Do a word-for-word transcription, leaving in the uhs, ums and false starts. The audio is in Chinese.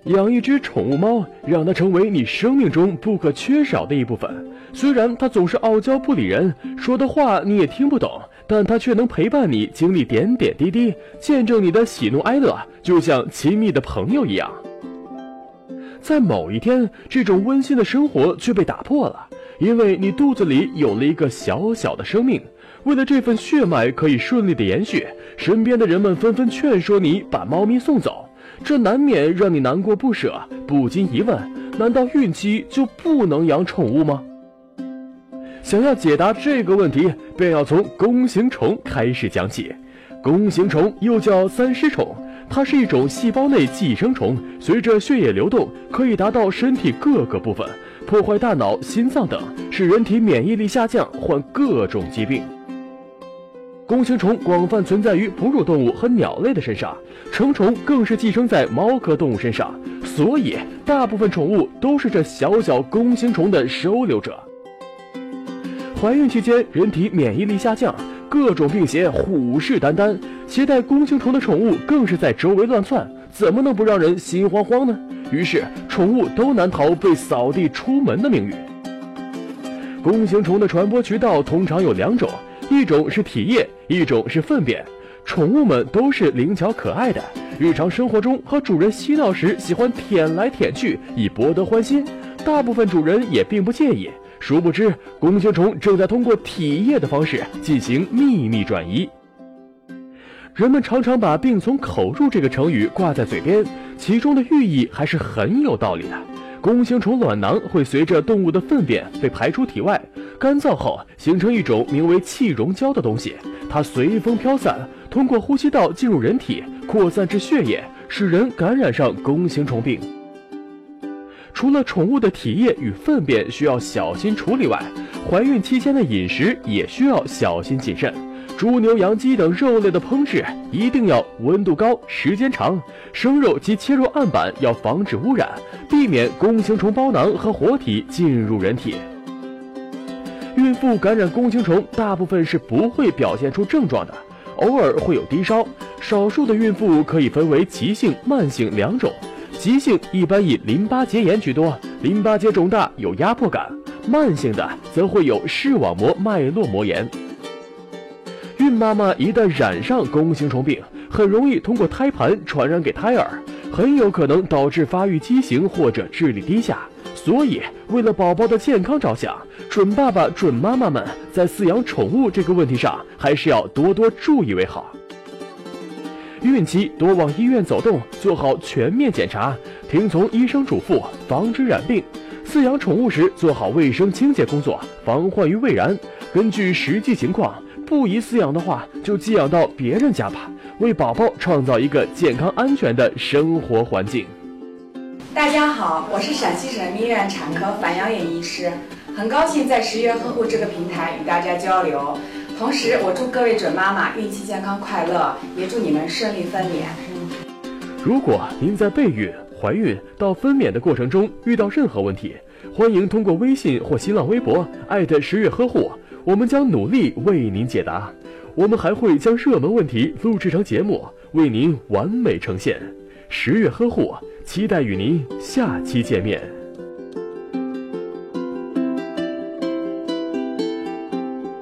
养一只宠物猫，让它成为你生命中不可缺少的一部分。虽然它总是傲娇不理人，说的话你也听不懂，但它却能陪伴你经历点点滴滴，见证你的喜怒哀乐，就像亲密的朋友一样。在某一天，这种温馨的生活却被打破了，因为你肚子里有了一个小小的生命。为了这份血脉可以顺利的延续，身边的人们纷纷劝说你把猫咪送走，这难免让你难过不舍，不禁疑问，难道孕期就不能养宠物吗？想要解答这个问题，便要从弓形虫开始讲起。弓形虫又叫三尸虫，它是一种细胞内寄生虫，随着血液流动，可以达到身体各个部分，破坏大脑、心脏等，使人体免疫力下降，患各种疾病。弓形虫广泛存在于哺乳动物和鸟类的身上，成虫更是寄生在猫科动物身上，所以大部分宠物都是这小小弓形虫的收留者。怀孕期间，人体免疫力下降，各种病邪虎视眈眈，携带弓形虫的宠物更是在周围乱窜，怎么能不让人心慌慌呢？于是宠物都难逃被扫地出门的命运。弓形虫的传播渠道通常有两种，一种是体液，一种是粪便。宠物们都是灵巧可爱的，日常生活中和主人嬉闹时喜欢舔来舔去，以博得欢心，大部分主人也并不介意。殊不知，弓形虫正在通过体液的方式进行秘密转移。人们常常把病从口入这个成语挂在嘴边，其中的寓意还是很有道理的。弓形虫卵囊会随着动物的粪便被排出体外，干燥后形成一种名为气溶胶的东西，它随风飘散，通过呼吸道进入人体，扩散至血液，使人感染上弓形虫病。除了宠物的体液与粪便需要小心处理外，怀孕期间的饮食也需要小心谨慎。猪牛羊鸡等肉类的烹制一定要温度高、时间长，生肉及切肉案板要防止污染，避免弓形虫包囊和活体进入人体。孕妇感染弓形虫大部分是不会表现出症状的，偶尔会有低烧，少数的孕妇可以分为急性、慢性两种。急性一般以淋巴结炎居多，淋巴结肿大有压迫感；慢性的则会有视网膜脉络膜炎。孕妈妈一旦染上弓形虫病，很容易通过胎盘传染给胎儿，很有可能导致发育畸形或者智力低下。所以，为了宝宝的健康着想，准爸爸、准妈妈们在饲养宠物这个问题上，还是要多多注意为好。孕期多往医院走动，做好全面检查，听从医生嘱咐，防止染病。饲养宠物时做好卫生清洁工作，防患于未然。根据实际情况，不宜饲养的话，就寄养到别人家吧，为宝宝创造一个健康安全的生活环境。 大家好，我是陕西省人民医院产科樊瑶妍医师，很高兴在十月呵护这个平台与大家交流。同时，我祝各位准妈妈孕期健康快乐，也祝你们顺利分娩。 如果您在备孕、怀孕到分娩的过程中遇到任何问题，欢迎通过微信或新浪微博艾特十月呵护，我们将努力为您解答。我们还会将热门问题录制成节目，为您完美呈现。十月呵护，期待与您下期见面。